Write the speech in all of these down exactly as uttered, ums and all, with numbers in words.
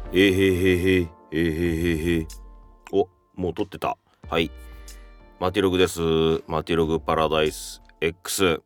えへへへえへへへ。お、もう撮ってた。はい、マティログです。マティログパラダイス X。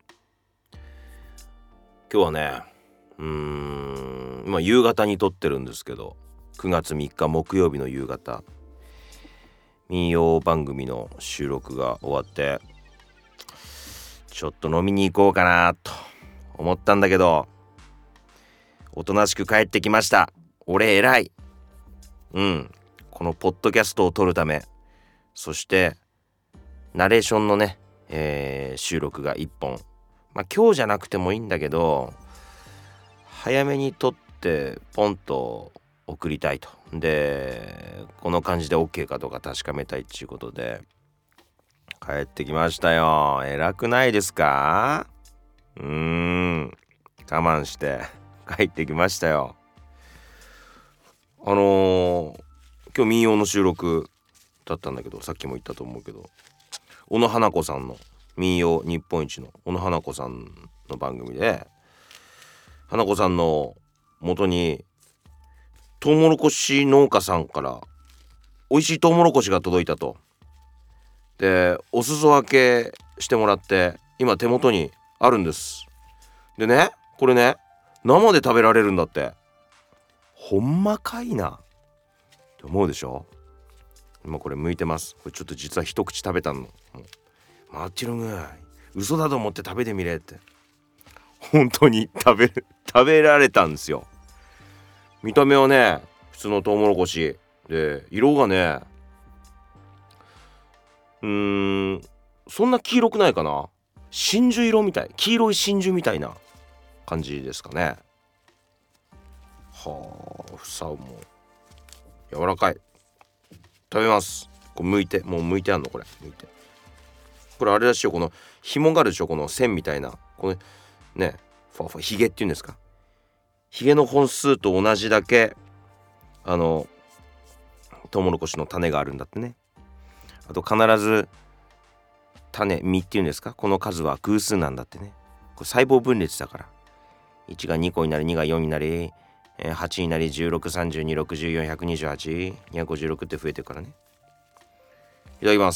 今日はね、うーんまあ夕方に撮ってるんですけど、くがつみっか木曜日の夕方、民謡番組の収録が終わって、ちょっと飲みに行こうかなと思ったんだけど、おとなしく帰ってきました。俺偉い。うんこのポッドキャストを撮るため、そしてナレーションのね、えー収録がいっぽん、まあ今日じゃなくてもいいんだけど、早めに撮ってポンと送りたいと。でこの感じで OK かどうか確かめたいっていうことで帰ってきましたよ。偉くないですか？うーん我慢して帰ってきましたよ。あのー、今日民謡の収録だったんだけど、さっきも言ったと思うけど、小野花子さんの民謡日本一の小野花子さんの番組で、花子さんの元にトウモロコシ農家さんから美味しいトウモロコシが届いたと。でお裾分けしてもらって今手元にあるんです。でね、これね、生で食べられるんだって。ほんまかいなって思うでしょ。今これ剥いてます。これちょっと実は一口食べたの。マッチログ嘘だと思って食べてみれって。本当に食べる食べられたんですよ。見た目はね普通のトウモロコシで、色がねうーんそんな黄色くないかな。真珠色みたい、黄色い真珠みたいな感じですかね。はあ、房も柔らかい。食べます。これ剥いて、もう剥いてあんのこれ。剥いて、これあれらしいよ、この紐があるでしょ、この線みたいな、このねファファヒゲっていうんですか、ヒゲの本数と同じだけあのトウモロコシの種があるんだってね。あと必ず種実っていうんですか、この数は偶数なんだってね。これ細胞分裂だから、いちがにこになり、にがよんになり、えー、はちになり、じゅうろく、さんじゅうに、ろくじゅうよん、ひゃくにじゅうはち、にひゃくごじゅうろくって増えてるからね。いただきます。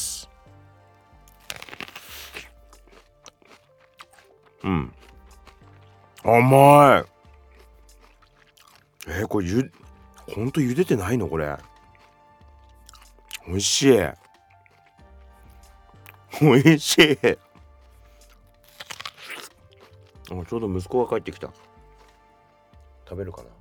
うん、甘い。えー、これゆほんと茹でてないのこれ。美味しい美味しい。ちょうど息子が帰ってきた。食べるかな。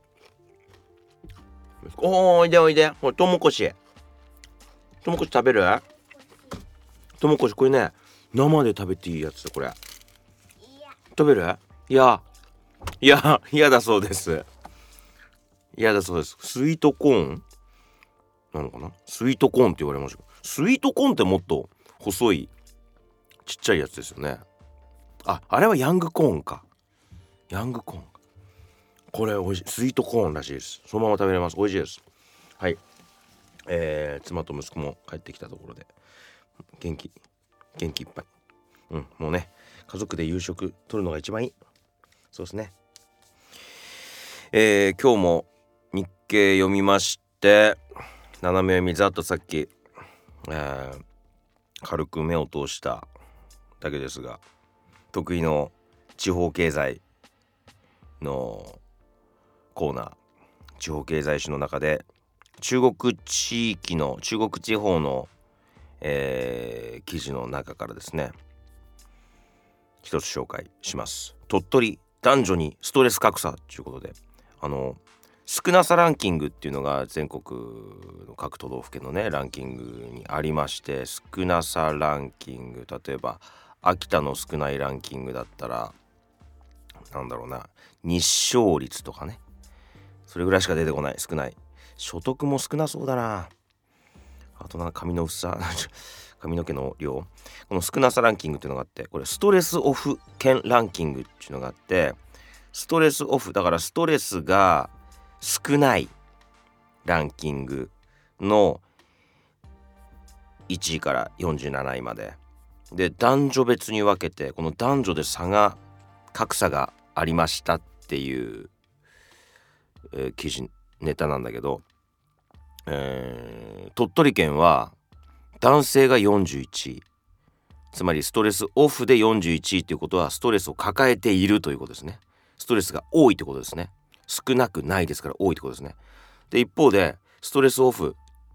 息子、おーおいでおいで。これトウモコシトウモコシ食べる？トウモコシこれね生で食べていいやつ。これ食べる？いやいや嫌だそうです。嫌だそうです。スイートコーンなのかな。スイートコーンって言われました。スイートコーンってもっと細いちっちゃいやつですよね。あ、あれはヤングコーンか。ヤングコーン、これ美味しい。スイートコーンらしいです。そのまま食べれます。美味しいです。はい、えー、妻と息子も帰ってきたところで元気元気いっぱい。うんもうね家族で夕食とるのが一番いい。そうですね。えー、今日も日経読みまして、斜め読みざっとさっき、えー、軽く目を通しただけですが、得意の地方経済のコーナー、地方経済史の中で中国地域の中国地方の、えー、記事の中からですね一つ紹介します。鳥取男女にストレス格差ということで、あの少なさランキングっていうのが全国の各都道府県のねランキングにありまして、少なさランキング、例えば秋田の少ないランキングだったらなんだろうな、日照率とかね、それぐらいしか出てこない。少ない。所得も少なそうだな。あとなんか髪の薄さ髪の毛の量。この少なさランキングっていうのがあって、これストレスオフ県ランキングっていうのがあって、ストレスオフだからストレスが少ないランキングのいちいからよんじゅうなないまでで、男女別に分けて、この男女で差が格差がありましたっていう、えー記事ネタなんだけど、えー、鳥取県は男性がよんじゅういちい、つまりストレスオフでよんじゅういちいということはストレスを抱えているということですね。ストレスが多いということですね。少なくないですから多いということですね。で一方でストレスオフ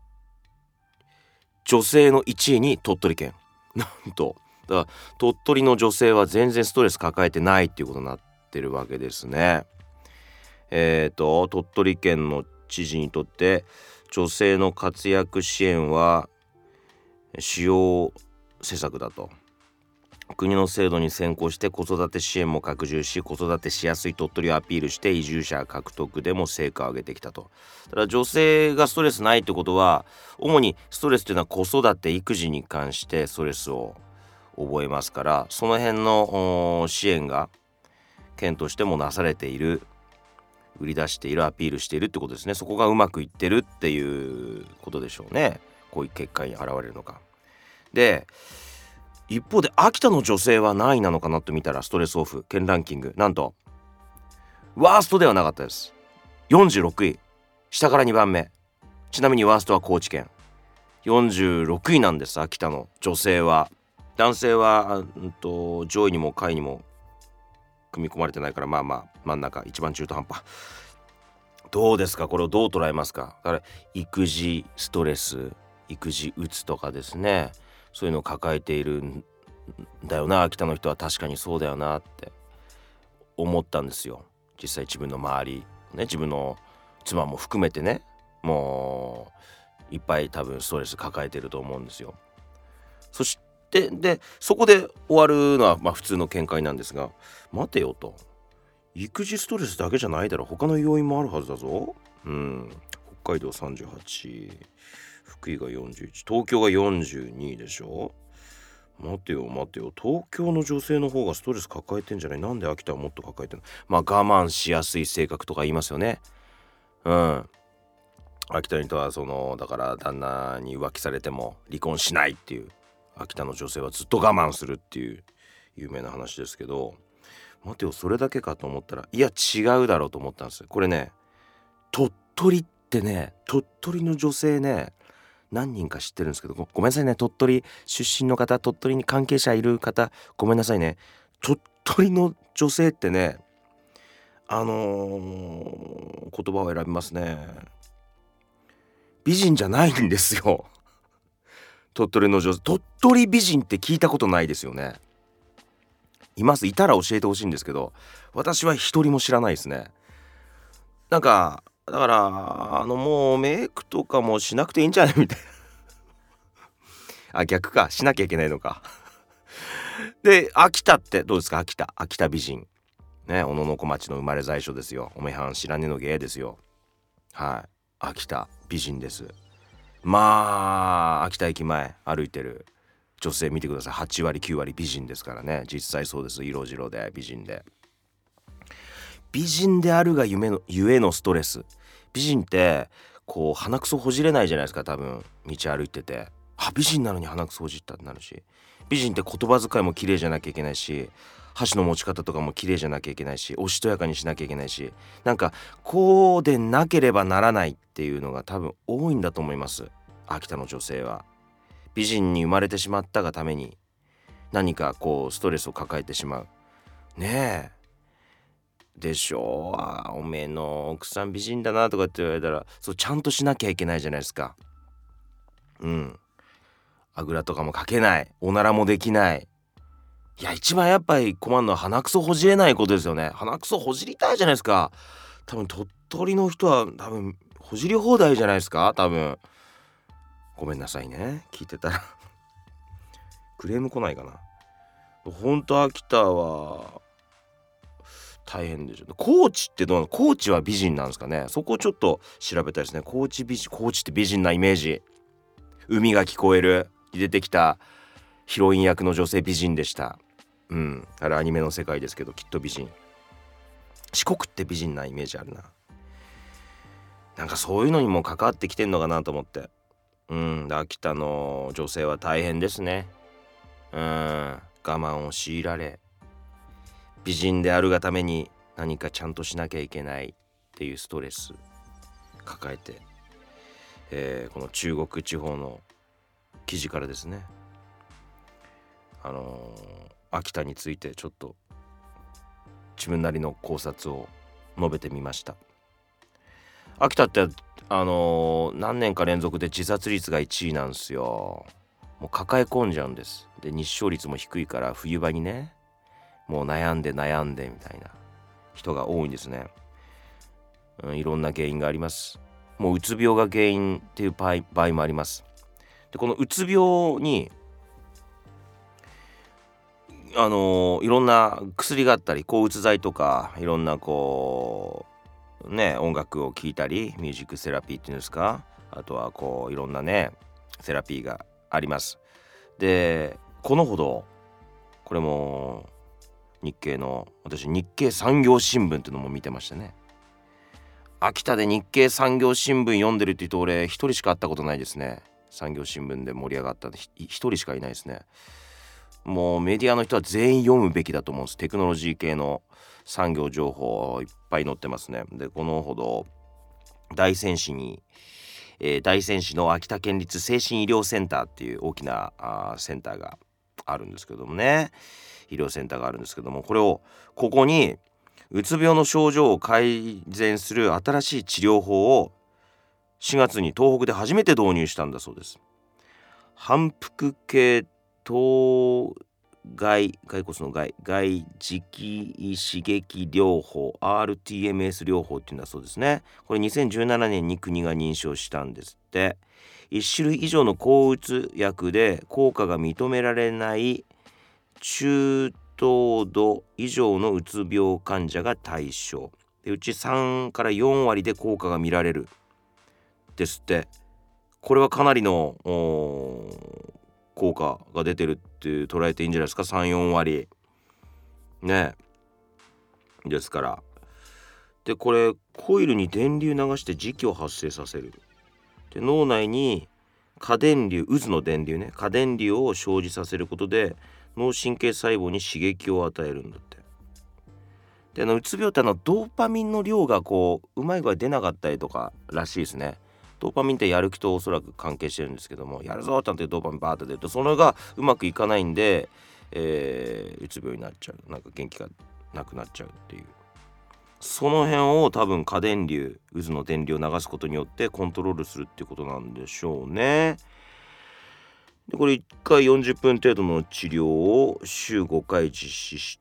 女性のいちいに鳥取県、なんとだから鳥取の女性は全然ストレス抱えてないっていうことになってるわけですね。えーと鳥取県の知事にとって女性の活躍支援は主要施策だと。国の制度に先行して子育て支援も拡充し、子育てしやすい鳥取をアピールして移住者獲得でも成果を上げてきたと。だから女性がストレスないってことは、主にストレスっていうのは子育て育児に関してストレスを覚えますから、その辺の支援が県としてもなされている、売り出している、アピールしているってことですね。そこがうまくいってるっていうことでしょうね。こういう結果に現れるのか。で一方で秋田の女性は何位なのかなと見たら、ストレスオフ県ランキングなんとワーストではなかったです。よんじゅうろくい、下からにばんめ。ちなみにワーストは高知県、よんじゅうろくいなんです。秋田の女性は。男性は、うんと、上位にも下位にも組み込まれてないから、まあまあ真ん中、一番中途半端。どうですか、これをどう捉えますか。だから育児ストレス、育児うつとかですね、そういうのを抱えているんだよな、秋田の人は。確かにそうだよなって思ったんですよ。実際自分の周りね、自分の妻も含めてね、もういっぱい多分ストレス抱えてると思うんですよ。そしてでそこで終わるのはまあ普通の見解なんですが、待てよと、育児ストレスだけじゃないだろ、他の要因もあるはずだぞ。うん、北海道さんじゅうはち、福井がよんじゅういち、東京がよんじゅうにいでしょ。待てよ待てよ、東京の女性の方がストレス抱えてんじゃない。なんで秋田はもっと抱えてんの。まあ我慢しやすい性格とか言いますよね。うん、秋田の人はそのだから旦那に浮気されても離婚しないっていう、秋田の女性はずっと我慢するっていう有名な話ですけど、待てよ、それだけかと思ったら、いや違うだろうと思ったんです。これね、鳥取ってね、鳥取の女性ね、何人か知ってるんですけど、 ご, ごめんなさいね、鳥取出身の方、鳥取に関係者いる方、ごめんなさいね。鳥取の女性ってね、あのー、言葉を選びますね、美人じゃないんですよ。鳥取の女性、鳥取美人って聞いたことないですよね。います？いたら教えてほしいんですけど、私は一人も知らないですね。なんかだからあのもうメイクとかもしなくていいんじゃないみたいな。あ、逆か、しなきゃいけないのか。で秋田ってどうですか。秋田秋田美人ね、小野小町の生まれ在所ですよ。おめはん知らねえの芸ですよ。はい、秋田美人です。まあ秋田駅前歩いてる女性見てください。はちわりきゅうわり美人ですからね。実際そうです。色白で美人で、美人であるが夢のゆえのストレス。美人ってこう鼻くそほじれないじゃないですか。多分道歩いてて、あ、美人なのに鼻くそほじったってなるし、美人って言葉遣いも綺麗じゃなきゃいけないし、箸の持ち方とかも綺麗じゃなきゃいけないし、おしとやかにしなきゃいけないし、なんかこうでなければならないっていうのが多分多いんだと思います。秋田の女性は美人に生まれてしまったがために何かこうストレスを抱えてしまうねえ。でしょう。あ、おめえの奥さん美人だなとかって言われたら、そうちゃんとしなきゃいけないじゃないですか。うん、あぐらとかもかけない、おならもできない。いや一番やっぱり困るのは鼻くそほじれないことですよね。鼻くそほじりたいじゃないですか。多分鳥取の人は多分ほじり放題じゃないですか。多分ごめんなさいね、聞いてたらクレーム来ないかな。ほんと秋田は大変でしょ。高知ってどうなの。高知は美人なんですかね。そこをちょっと調べたいですね。高知美人、高知って美人なイメージ。海が聞こえる出てきたヒロイン役の女性美人でした。うん、あれアニメの世界ですけどきっと美人。四国って美人なイメージあるな。なんかそういうのにも関わってきてんのかなと思って。うん、秋田の女性は大変ですね。うん、我慢を強いられ、美人であるがために何かちゃんとしなきゃいけないっていうストレス抱えて、えー、この中国地方の記事からですね、あのー、秋田についてちょっと自分なりの考察を述べてみました。秋田ってあのー、何年か連続で自殺率がいちいなんですよ。もう抱え込んじゃうんです。で日照率も低いから冬場にね、もう悩んで悩んでみたいな人が多いんですね。うん、いろんな原因があります。もううつ病が原因っていう場合、場合もあります。でこのうつ病にあのー、いろんな薬があったり、抗うつ剤とかいろんなこうね音楽を聴いたり、ミュージックセラピーっていうんですか、あとはこういろんなねセラピーがあります。でこのほどこれも日経の、私日経産業新聞っていうのも見てましたね。秋田で日経産業新聞読んでるって言うと俺一人しか会ったことないですね。産業新聞で盛り上がった一人しかいないですね。もうメディアの人は全員読むべきだと思うんです。テクノロジー系の産業情報いっぱい載ってますね。でこのほど大仙市に、えー、大仙市の秋田県立精神医療センターっていう大きなあセンターがあるんですけどもね、医療センターがあるんですけども、これをここにうつ病の症状を改善する新しい治療法をしがつに東北で初めて導入したんだそうです。反復系頭蓋骸骨の外外磁気刺激療法 アールティーエムエス 療法っていうんだそうですね。これにせんじゅうななねんに国が認証したんですって。いっしゅるい以上の抗うつ薬で効果が認められない中等度以上のうつ病患者が対象で、うちさんからよんわりで効果が見られるですって。これはかなりの効果が出てるって捉えていいんじゃないですか。 さん,よん 割ねですから。でこれコイルに電流流して磁気を発生させる。で脳内に過電流、渦の電流ね、過電流を生じさせることで脳神経細胞に刺激を与えるんだって。であのうつ病ってあのドーパミンの量がこううまい具合出なかったりとからしいですね。ドーパミンってやる気とおそらく関係してるんですけども、やるぞーってドーパミンバーって出るとそれがうまくいかないんで、えー、うつ病になっちゃう、なんか元気がなくなっちゃうっていう、その辺を多分過電流、渦の電流を流すことによってコントロールするっていうことなんでしょうね。でこれいっかいよんじゅっぷん程度の治療を週ごかい実施して、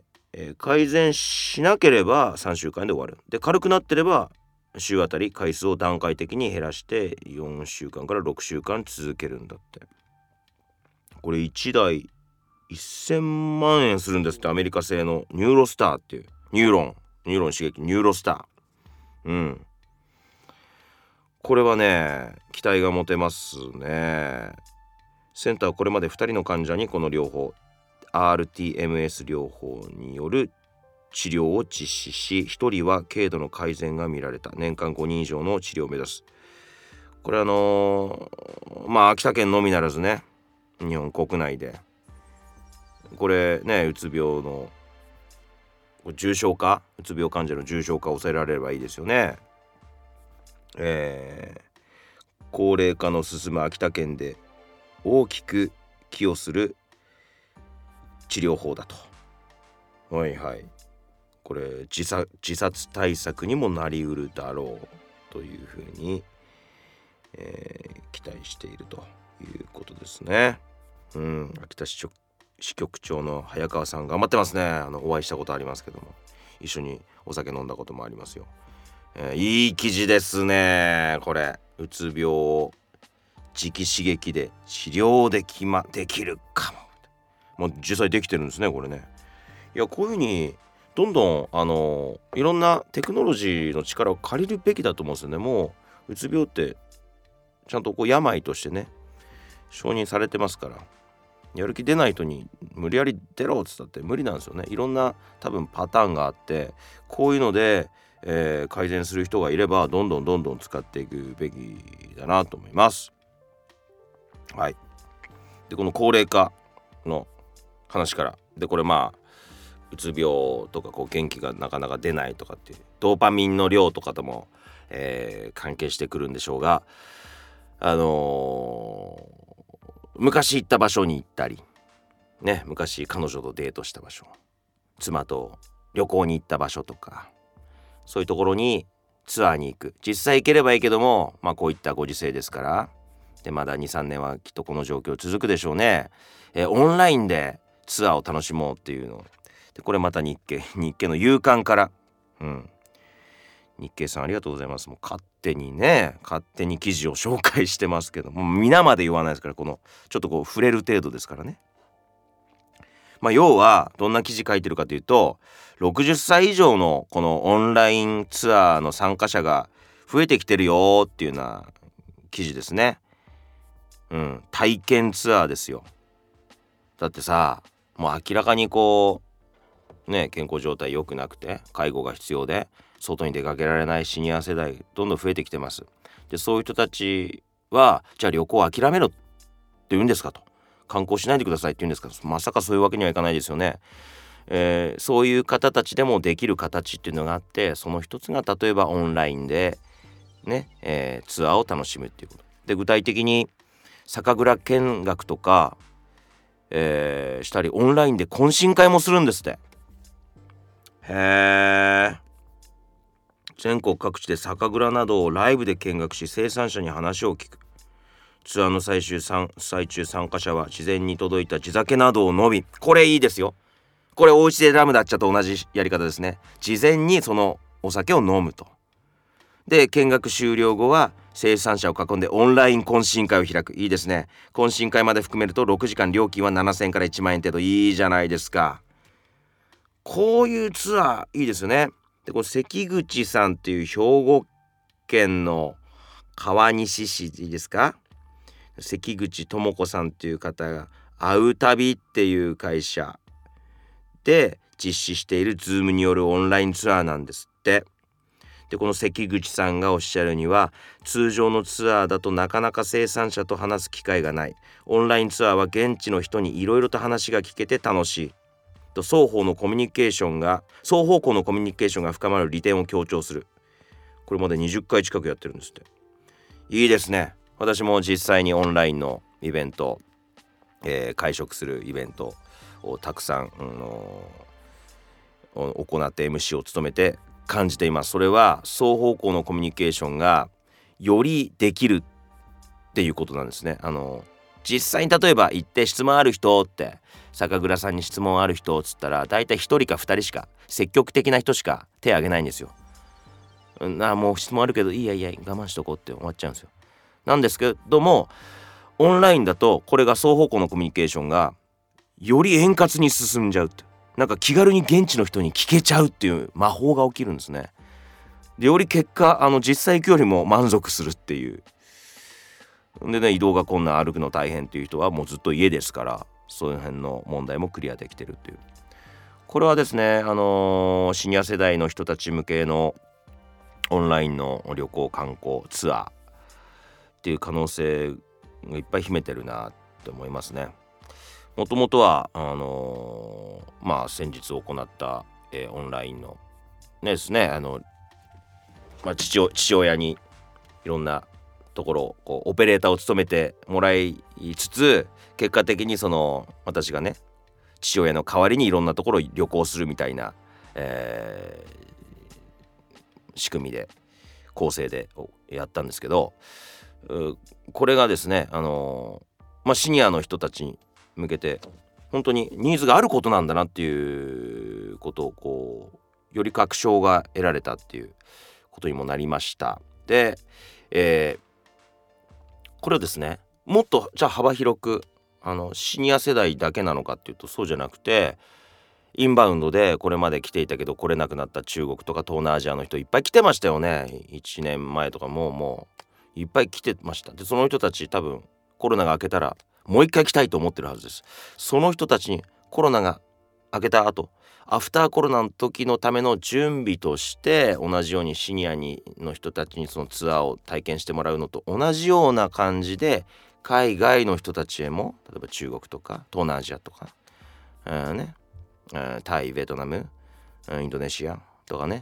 えー、改善しなければさんしゅうかんで終わる。で軽くなってれば週あたり回数を段階的に減らしてよんしゅうかんからろくしゅうかん続けるんだって。これいちだいせんまんえんするんですって。アメリカ製のニューロスターっていう、ニューロンニューロン刺激ニューロスター、うんこれはね期待が持てますね。センターはこれまでふたりの患者にこの療法 アールティーエムエス 療法による治療を実施し、ひとりは軽度の改善が見られた。年間ごにん以上の治療を目指す。これあのー、まあ秋田県のみならずね、日本国内でこれねうつ病の重症化、うつ病患者の重症化を抑えられればいいですよね。えー、高齢化の進む秋田県で大きく寄与する治療法だと。はいはい。これ自殺、自殺対策にもなりうるだろうというふうに、えー、期待しているということですね。うん、秋田市支局長の早川さん頑張ってますね。あのお会いしたことありますけども、一緒にお酒飲んだこともありますよ。えー、いい記事ですね。これうつ病を磁気刺激で治療できまできるかも。もう実際できてるんですねこれね。いやこういうふうにどんどんあのいろんなテクノロジーの力を借りるべきだと思うんですよね。もううつ病ってちゃんとこう病としてね承認されてますから、やる気出ない人に無理やり出ろっつったって無理なんですよね。いろんな多分パターンがあって、こういうので、えー、改善する人がいればどんどんどんどん使っていくべきだなと思います。はい。でこの高齢化の話からで、これまあうつ病とかこう元気がなかなか出ないとかっていうドーパミンの量とかとも、 えー、関係してくるんでしょうが、あのー、昔行った場所に行ったりね、昔彼女とデートした場所、妻と旅行に行った場所とか、そういうところにツアーに行く。実際行ければいいけども、まあこういったご時世ですから、でまだ にさんねんはきっとこの状況続くでしょうね。えー、オンラインでツアーを楽しもうっていうので、これまた日経日経の夕刊から、うん、日経さんありがとうございます。もう勝手にね勝手に記事を紹介してますけども、皆まで言わないですから、このちょっとこう触れる程度ですからね。まあ要はどんな記事書いてるかというと、ろくじゅっさい以上のこのオンラインツアーの参加者が増えてきてるよっていうような記事ですね。うん、体験ツアーですよ。だってさ、もう明らかにこうね健康状態良くなくて介護が必要で外に出かけられないシニア世代どんどん増えてきてます。でそういう人たちはじゃあ旅行を諦めろって言うんですかと、観光しないでくださいって言うんですか。まさかそういうわけにはいかないですよね。えー、そういう方たちでもできる形っていうのがあって、その一つが例えばオンラインでね、えー、ツアーを楽しむっていうことで、具体的に酒蔵見学とか、えー、したりオンラインで懇親会もするんですって。へー。全国各地で酒蔵などをライブで見学し生産者に話を聞く。ツアーの最終最中参加者は事前に届いた地酒などを飲み、これいいですよ。これお家でラムダッチャと同じやり方ですね。事前にそのお酒を飲むと。で見学終了後は生産者を囲んでオンライン懇親会を開く。いいですね。懇親会まで含めるとろくじかん、料金はななせんえんからいちまんえん程度。いいじゃないですか。こういうツアーいいですよね。でこれ関口さんっていう兵庫県の川西市いいですか、関口智子さんっていう方が会う旅っていう会社で実施しているズームによるオンラインツアーなんですって。でこの関口さんがおっしゃるには、通常のツアーだとなかなか生産者と話す機会がない。オンラインツアーは現地の人にいろいろと話が聞けて楽しいと、双方のコミュニケーションが双方向のコミュニケーションが深まる利点を強調する。これまでにじゅっかい近くやってるんですって。いいですね。私も実際にオンラインのイベント、えー、会食するイベントをたくさん、うんのー、行って エムシー を務めて感じています。それは双方向のコミュニケーションがよりできるっていうことなんですね。あの実際に例えば行って質問ある人って酒蔵さんに質問ある人っつったら、だいたいひとりかふたりしか、積極的な人しか手を挙げないんですよ。なもう質問あるけどいいやいや我慢しとこうって終わっちゃうんですよ。なんですけどもオンラインだとこれが双方向のコミュニケーションがより円滑に進んじゃうって、なんか気軽に現地の人に聞けちゃうっていう魔法が起きるんですね。でより結果あの実際行くよりも満足するっていう。でね、移動が困難、歩くの大変っていう人はもうずっと家ですから、そういう辺の問題もクリアできてるっていう。これはですね、あのー、シニア世代の人たち向けのオンラインの旅行観光ツアーっていう可能性がいっぱい秘めてるなって思いますね。もともとはあのー、まあ先日行った、えー、オンラインのねですね、あの、まあ、父, 父親にいろんなところをこうオペレーターを務めてもらいつつ、結果的にその私がね父親の代わりにいろんなところを旅行するみたいな、えー、仕組みで構成でやったんですけど、これがですね、あのーまあ、シニアの人たちに向けて本当にニーズがあることなんだなっていうことをこうより確証が得られたっていうことにもなりました。で、えーこれをですね、もっとじゃあ幅広くあのシニア世代だけなのかっていうとそうじゃなくて、インバウンドでこれまで来ていたけど来れなくなった中国とか東南アジアの人いっぱい来てましたよね。いちねんまえとかももういっぱい来てました。でその人たち多分コロナが明けたらもう一回来たいと思ってるはずです。その人たちにコロナが明けた後、アフターコロナの時のための準備として同じようにシニアにの人たちにそのツアーを体験してもらうのと同じような感じで、海外の人たちへも例えば中国とか東南アジアとか、えーねえー、タイ、ベトナム、インドネシアとかね、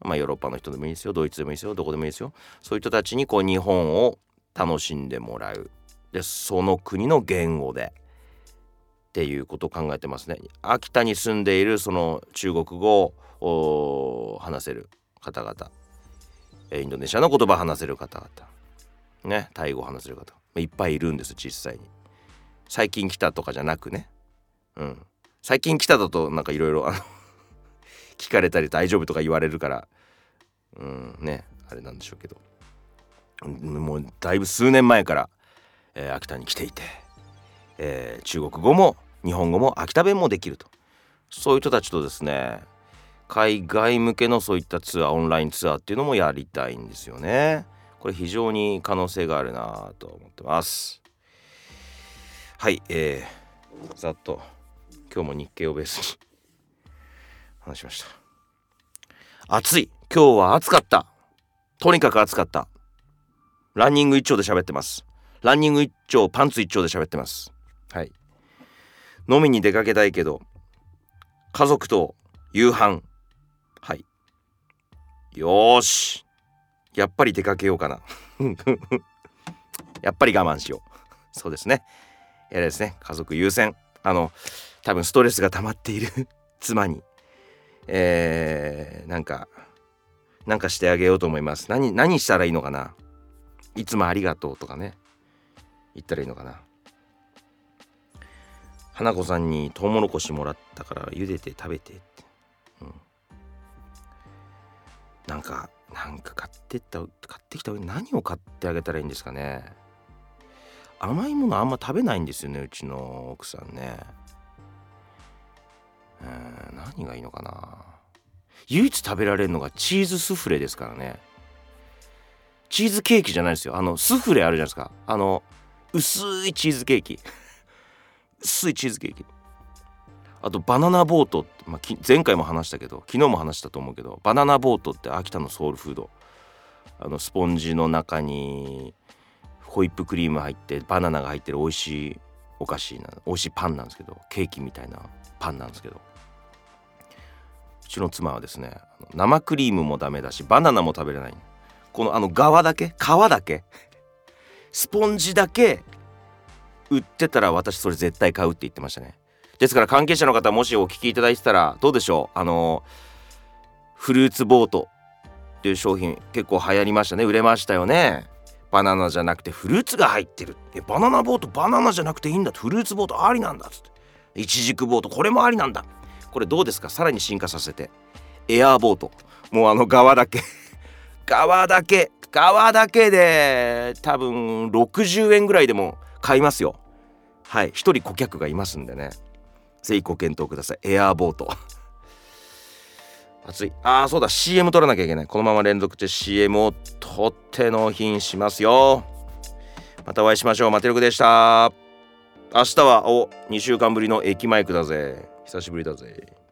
まあヨーロッパの人でもいいですよ、ドイツでもいいですよ、どこでもいいですよ。そういう人たちにこう日本を楽しんでもらう。でその国の言語でっていうことを考えてますね。秋田に住んでいるその中国語を話せる方々、インドネシアの言葉を話せる方々ね、タイ語を話せる方いっぱいいるんです。実際に最近来たとかじゃなくね、うん、最近来ただとなんかいろいろ聞かれたり大丈夫とか言われるから、うんね、あれなんでしょうけど、もうだいぶ数年前から、えー、秋田に来ていて、えー、中国語も日本語も秋田弁もできると、そういう人たちとですね、海外向けのそういったツアー、オンラインツアーっていうのもやりたいんですよね。これ非常に可能性があるなと思ってます。はい、えー、ざっと今日も日経をベースに話しました。暑い、今日は暑かった、とにかく暑かった。ランニング一丁で喋ってます。ランニング一丁、パンツ一丁で喋ってます。はい。飲みに出かけたいけど家族と夕飯、はい、よーし、やっぱり出かけようかなやっぱり我慢しよう。そうですね、やれですね、家族優先。あの多分ストレスが溜まっている妻に、えー、なんかなんかしてあげようと思います。何何したらいいのかな。いつもありがとうとかね言ったらいいのかな。花子さんにトウモロコシもらったから茹でて食べてって、うん、なんかなんか買ってった買ってきた上に何を買ってあげたらいいんですかね。甘いものあんま食べないんですよね、うちの奥さんね。えー、何がいいのかな。唯一食べられるのがチーズスフレですからね。チーズケーキじゃないですよ。あのスフレあるじゃないですか。あの薄いチーズケーキ薄いチーズケーキ。あとバナナボート、まあ、前回も話したけど昨日も話したと思うけど、バナナボートって秋田のソウルフード。あのスポンジの中にホイップクリーム入ってバナナが入ってる美味しいお菓子な、美味しいパンなんですけど、ケーキみたいなパンなんですけど、うちの妻はですね、生クリームもダメだしバナナも食べれない。このあの側だけ、皮だけスポンジだけ売ってたら私それ絶対買うって言ってましたね。ですから関係者の方もしお聞きいただいてたらどうでしょう。あのフルーツボートっていう商品結構流行りましたね、売れましたよね。バナナじゃなくてフルーツが入ってる。えバナナボートバナナじゃなくていいんだ、フルーツボートありなんだっつって、イチジクボートこれもありなんだ。これどうですか、さらに進化させてエアーボート、もうあの側だけ側だけ側だけで多分ろくじゅうえんぐらいでも買いますよ。はい、一人顧客がいますんでね、ぜひご検討ください。エアーボート暑い。あーそうだ、 シーエム 撮らなきゃいけない。このまま連続で シーエム を撮って納品しますよ。またお会いしましょう。マテルクでした。明日はおにしゅうかんぶりの駅マイクだぜ。久しぶりだぜ。